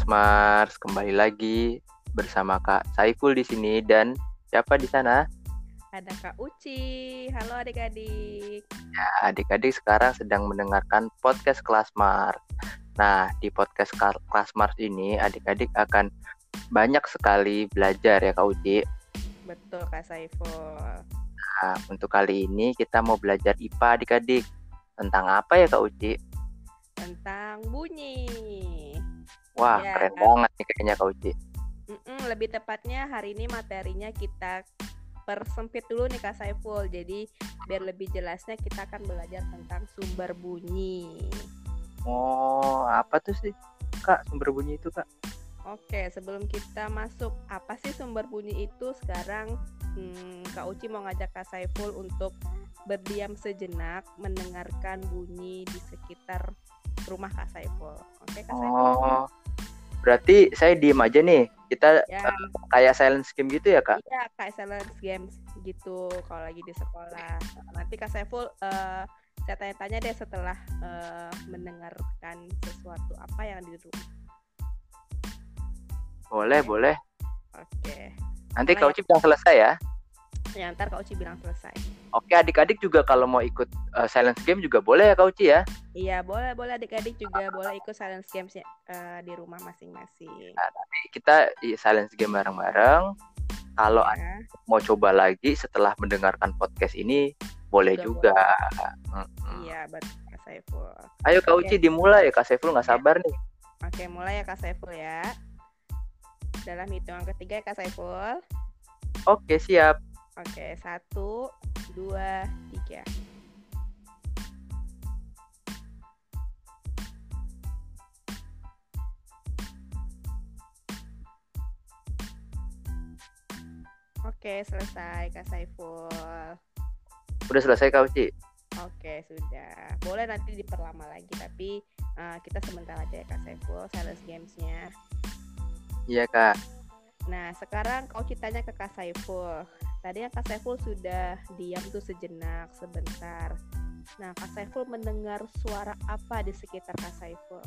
Klasmars, kembali lagi bersama Kak Saiful di sini dan siapa di sana? Ada Kak Uci. Halo adik-adik. Ya, adik-adik sekarang sedang mendengarkan podcast Klasmars. Nah, di podcast Klasmars ini adik-adik akan banyak sekali belajar ya Kak Uci. Betul Kak Saiful. Nah, untuk kali ini kita mau belajar IPA adik-adik. Tentang apa ya Kak Uci? Tentang bunyi. Wah, Ya, keren banget nih kayaknya Kak Uci. lebih tepatnya hari ini materinya kita persempit dulu nih Kak Saiful. Jadi biar lebih jelasnya kita akan belajar tentang sumber bunyi. Oh, apa tuh sih Kak sumber bunyi itu Kak? Oke, sebelum kita masuk apa sih sumber bunyi itu, sekarang Kak Uci mau ngajak Kak Saiful untuk berdiam sejenak mendengarkan bunyi di sekitar rumah Kak Saiful. Oke Kak Saiful? Oh, berarti saya diem aja nih. Kita Ya, kayak silent game gitu ya Kak? iya kayak silence games gitu kalau lagi di sekolah. Nanti Kak Saiful saya tanya-tanya deh setelah mendengarkan sesuatu apa yang di rumah. Boleh, Oke. boleh. Oke. Nanti Mulai Kak Uci bilang selesai ya. ya, ntar Kak Uci bilang selesai. Oke, adik-adik juga kalau mau ikut silent game juga boleh ya Kak Uci ya. Iya, boleh adik-adik juga boleh ikut silence games di rumah masing-masing. Nah, nanti kita silent game bareng-bareng. Kalau Ya, mau coba lagi setelah mendengarkan podcast ini, boleh juga. boleh. Iya, betul Kak Saiful. Ayo Kak Oke. Uci dimulai ya Kak Saiful nggak sabar nih. Oke, mulai ya Kak Saiful ya. Dalam hitungan ketiga ya Kak Saiful. Oke, siap. Oke, 1, 2, 3. Oke, selesai Kak Saiful. Udah selesai Kak Uci? Oke, sudah. Boleh nanti diperlama lagi, tapi kita sebentar aja ya Kak Saiful, silence gamesnya. Iya Kak. Nah, sekarang kau tanya ke Kak Saiful. Tadi Kak Saiful sudah diam tuh sejenak, sebentar. Nah, Kak Saiful mendengar suara apa di sekitar Kak Saiful?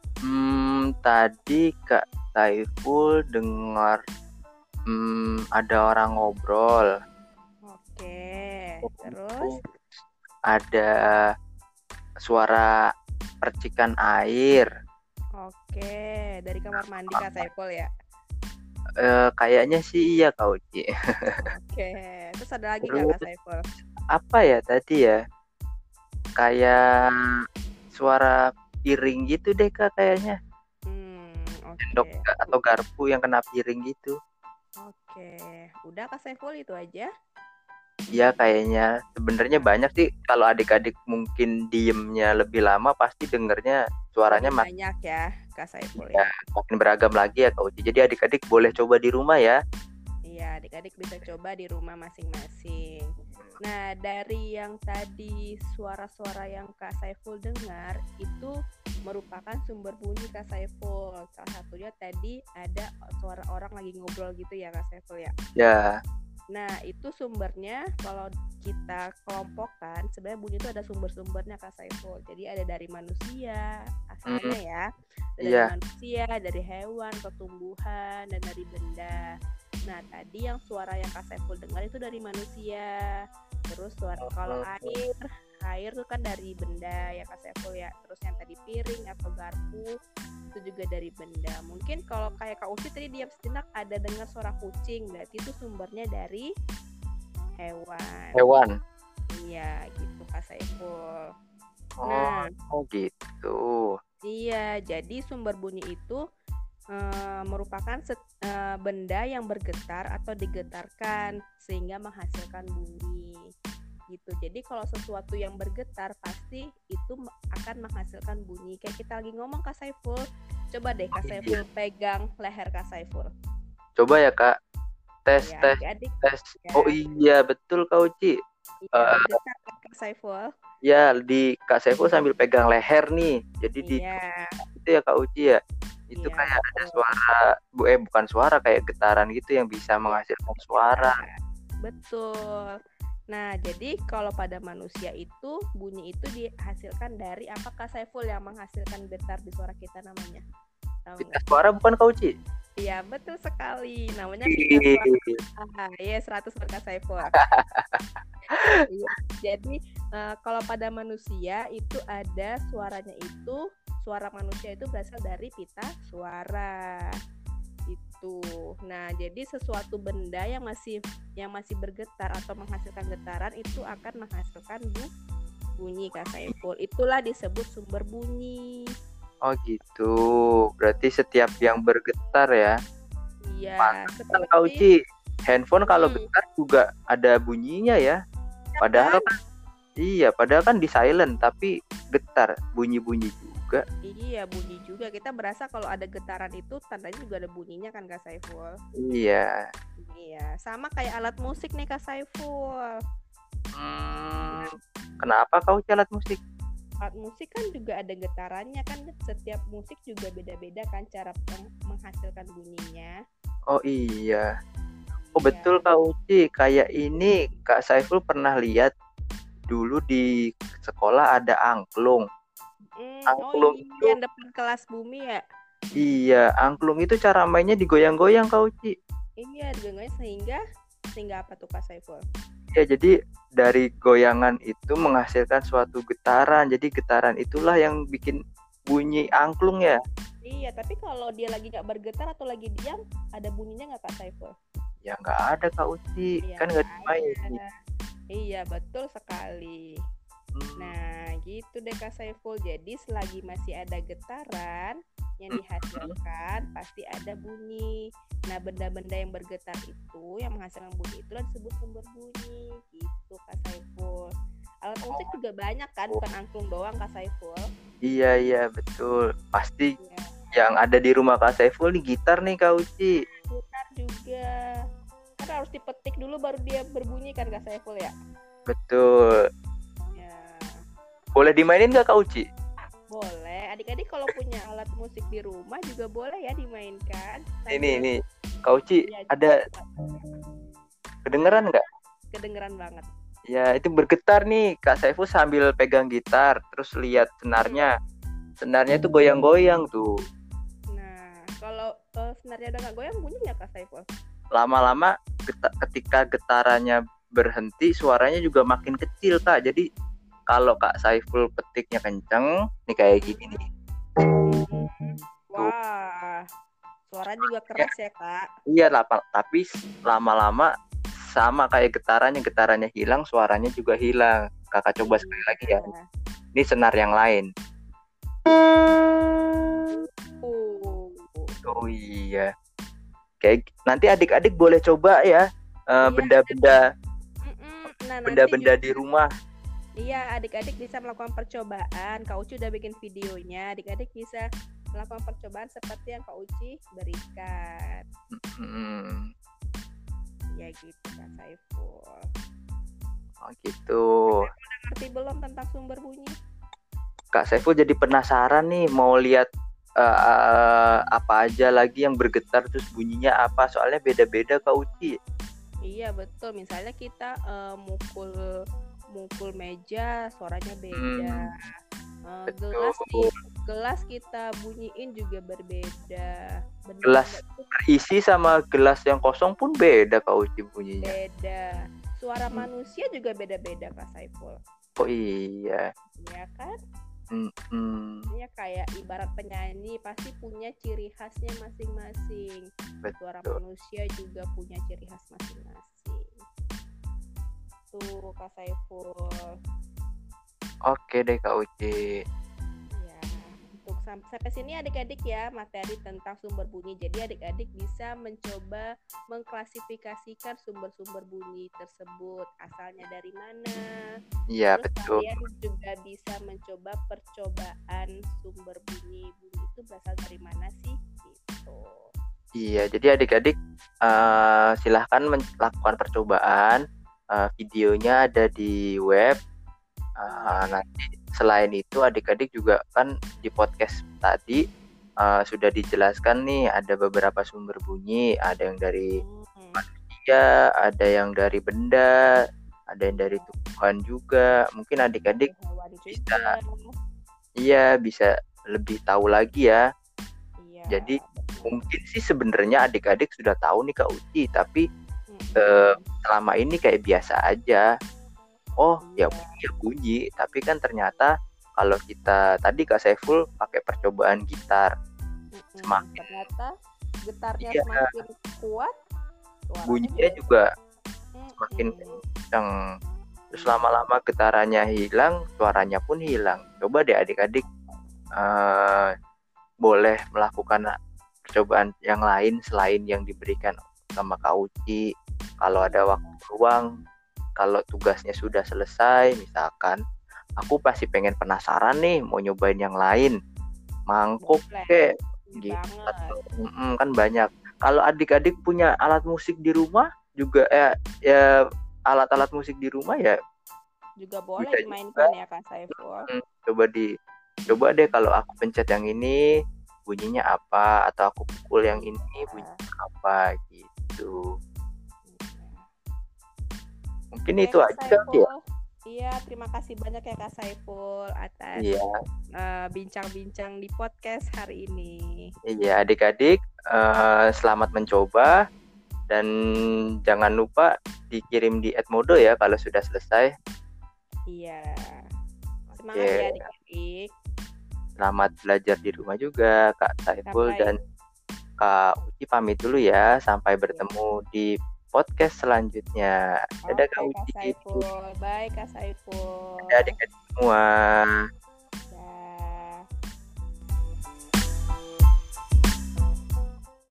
Tadi Kak Saiful dengar ada orang ngobrol. Oke, terus? Ada suara percikan air. Oke, dari kamar mandi Kak Saiful ya? Kayaknya sih iya Kak Uci. Oke, terus ada lagi nggak Kak Saiful? Apa ya tadi ya? Kayak suara piring gitu deh Kak kayaknya. Sendok Oke. atau garpu yang kena piring gitu. Oke, udah Kak Saiful itu aja? Iya kayaknya. Sebenarnya banyak sih kalau adik-adik mungkin diemnya lebih lama pasti dengernya suaranya Lebih banyak ya Kak Saiful ya? makin beragam lagi ya Kak Uci. Jadi adik-adik boleh coba di rumah ya. Iya, adik-adik bisa coba di rumah masing-masing. Nah, dari yang tadi suara-suara yang Kak Saiful dengar itu merupakan sumber bunyi Kak Saiful. Salah satunya tadi ada suara orang lagi ngobrol gitu ya Kak Saiful ya. Ya. Nah, itu sumbernya kalau kita kelompokkan sebenarnya bunyi itu ada sumber-sumbernya Kak Saiful. Jadi ada dari manusia asalnya ya. Dari manusia, dari hewan, pertumbuhan, dan dari benda. Nah, tadi yang suara yang Kak Saiful dengar itu dari manusia. Terus suara kalau air itu kan dari benda ya Kak Saiful ya. Terus yang tadi piring atau garpu itu juga dari benda. Mungkin kalau kayak Kak Uci tadi diam sejenak ada dengar suara kucing, berarti itu sumbernya dari hewan. Iya, gitu Kak Saiful. Oh gitu. Iya, jadi sumber bunyi itu merupakan benda yang bergetar atau digetarkan sehingga menghasilkan bunyi gitu. Jadi kalau sesuatu yang bergetar pasti itu akan menghasilkan bunyi. Kayak kita lagi ngomong Kak Saiful, coba deh Kak Saiful pegang leher Kak Saiful. Coba ya Kak, tes. Adik. Ya. Oh iya betul Kak Uci. Iya, bergetar Kak Saiful. Ya, di Kak Saiful sambil pegang leher nih. Jadi di itu ya Kak Uci ya. Itu kayak ada suara, bukan suara, kayak getaran gitu yang bisa menghasilkan suara. Betul. Nah, jadi kalau pada manusia itu bunyi itu dihasilkan dari apa Kak Saiful yang menghasilkan getar di suara kita namanya? Pita suara bukan Kak Uci? Iya, betul sekali. Namanya pita suara. Yes, 100 Kak Saiful. Iya. Jadi kalau pada manusia itu ada suaranya itu, suara manusia itu berasal dari pita suara. Itu. Nah, jadi sesuatu benda yang masih bergetar atau menghasilkan getaran itu akan menghasilkan bunyi Kak Saiful. Itulah disebut sumber bunyi. Oh gitu. Berarti setiap yang bergetar ya. Iya. Seperti Kak Uci, handphone kalau getar juga ada bunyinya ya. Padahal kan padahal kan di silent tapi getar, bunyi-bunyi juga. Iya, bunyi juga. Kita berasa kalau ada getaran itu tandanya juga ada bunyinya kan Kak Saiful? Iya. Iya, sama kayak alat musik nih Kak Saiful. Kenapa Kak Uci alat musik? Alat musik kan juga ada getarannya kan, setiap musik juga beda-beda kan cara menghasilkan bunyinya. Oh iya. Oh betul Kak Uci, kayak ini Kak Saiful pernah lihat dulu di sekolah ada angklung. Angklung itu yang depan kelas bumi ya? Iya, angklung itu cara mainnya digoyang-goyang Kak Uci. Iya, digoyang sehingga apa tuh Kak Saiful? Ya, jadi dari goyangan itu menghasilkan suatu getaran. Jadi getaran itulah yang bikin bunyi angklung ya. Iya, tapi kalau dia lagi nggak bergetar atau lagi diam, ada bunyinya nggak Kak Saiful? Ya nggak ada Kak Uci, ya, kan nggak dimainin. Iya, betul sekali. Nah, gitu deh Kak Saiful. Jadi selagi masih ada getaran yang dihasilkan, pasti ada bunyi. Nah, benda-benda yang bergetar itu, yang menghasilkan bunyi itulah disebut sumber bunyi. Gitu Kak Saiful. Alat musik juga banyak kan, bukan angklung doang Kak Saiful. Iya, betul. Pasti yang ada di rumah Kak Saiful nih gitar nih Kak Uci. Gitar juga. Kan harus dipetik dulu baru dia berbunyi kan Kak Saiful ya? Betul. Boleh dimainin gak Kak Uci? Boleh. Adik-adik kalau punya alat musik di rumah juga boleh ya dimainkan. Ini Kak Uci ya, ada kedengeran nggak? Kedengeran banget. Ya itu bergetar nih Kak Saiful sambil pegang gitar, terus lihat senarnya. Senarnya itu goyang-goyang tuh. Nah kalau senarnya udah nggak goyang, bunyi nggak Kak Saiful? Lama-lama ketika getarannya berhenti, suaranya juga makin kecil Kak. Jadi kalau Kak Saiful petiknya kenceng, nih kayak gini nih. Wah, suara juga keras ya Kak. Iya, tapi lama-lama sama kayak getarannya hilang, suaranya juga hilang. Kakak coba sekali lagi ya. Ini senar yang lain. Oh iya. Kayak nanti adik-adik boleh coba ya benda-benda benda-benda di rumah. Iya, adik-adik bisa melakukan percobaan. Kak Uci udah bikin videonya. Adik-adik bisa melakukan percobaan seperti yang Kak Uci berikan. Ya gitu Kak Saiful. Oh gitu. Udah ngerti belum tentang sumber bunyi? Kak Saiful jadi penasaran nih, mau lihat apa aja lagi yang bergetar terus bunyinya apa, soalnya beda-beda Kak Uci. Iya betul, misalnya kita mukul meja suaranya beda. Gelas kita bunyiin juga berbeda. Gelas terisi sama gelas yang kosong pun beda Kak Uci bunyinya. Beda. Suara manusia juga beda-beda Kak Saiful. Oh iya. Iya kan? Ya kayak ibarat penyanyi pasti punya ciri khasnya masing-masing. Suara manusia juga punya ciri khas masing-masing. Tuh Kak Saiful. Oke deh Kak Uci. Ya, untuk sampai sini adik-adik ya materi tentang sumber bunyi. Jadi adik-adik bisa mencoba mengklasifikasikan sumber-sumber bunyi tersebut, asalnya dari mana. Iya betul. Kalian juga bisa mencoba percobaan sumber bunyi itu berasal dari mana sih gitu. Iya, jadi adik-adik silahkan melakukan percobaan. Videonya ada di web. Nanti selain itu adik-adik juga kan di podcast tadi sudah dijelaskan nih ada beberapa sumber bunyi, ada yang dari manusia, ada yang dari benda, ada yang dari tumbuhan juga. Mungkin adik-adik bisa lebih tahu lagi ya. Iya, Jadi betul. mungkin sih sebenarnya adik-adik sudah tahu nih Kak Uci, tapi Mm-mm. selama ini kayak biasa aja. Oh ya Iya. bunyi ya bunyi, tapi kan ternyata kalau kita tadi Kak Saiful pakai percobaan gitar, semakin Ternyata getarnya iya semakin kuat, suaranya bunyinya juga juga semakin Mm-mm. kencang. Terus Iya. lama-lama getarannya hilang, suaranya pun hilang. Coba deh adik-adik eh, boleh melakukan percobaan yang lain selain yang diberikan sama Kak Uci. Kalau ada waktu luang, kalau tugasnya sudah selesai, misalkan aku pasti pengen penasaran nih mau nyobain yang lain, mangkuk Boleh. kek Iya gitu. banget. Kan banyak. Kalau adik-adik punya alat musik di rumah juga ya alat-alat musik di rumah ya Juga boleh bisa juga. dimainkan ya Kak Saiful. Coba coba deh kalau aku pencet yang ini bunyinya apa, atau aku pukul yang ini bunyinya apa gitu. Mungkin Oke itu Kak aja kali ya. Saiful. Iya, terima kasih banyak ya Kak Saiful atas Iya, bincang-bincang di podcast hari ini. iya adik-adik, selamat mencoba dan jangan lupa dikirim di Edmodo ya kalau sudah selesai. Iya. Semangat Oke, ya adik-adik. selamat belajar di rumah juga Kak Saiful Sampai dan Kak Uci pamit dulu ya. Sampai ya. bertemu di podcast selanjutnya. Dadah Kak Oke Kak Uci. Saiful. Bye Kak Saiful. Dadah adik-adik semua.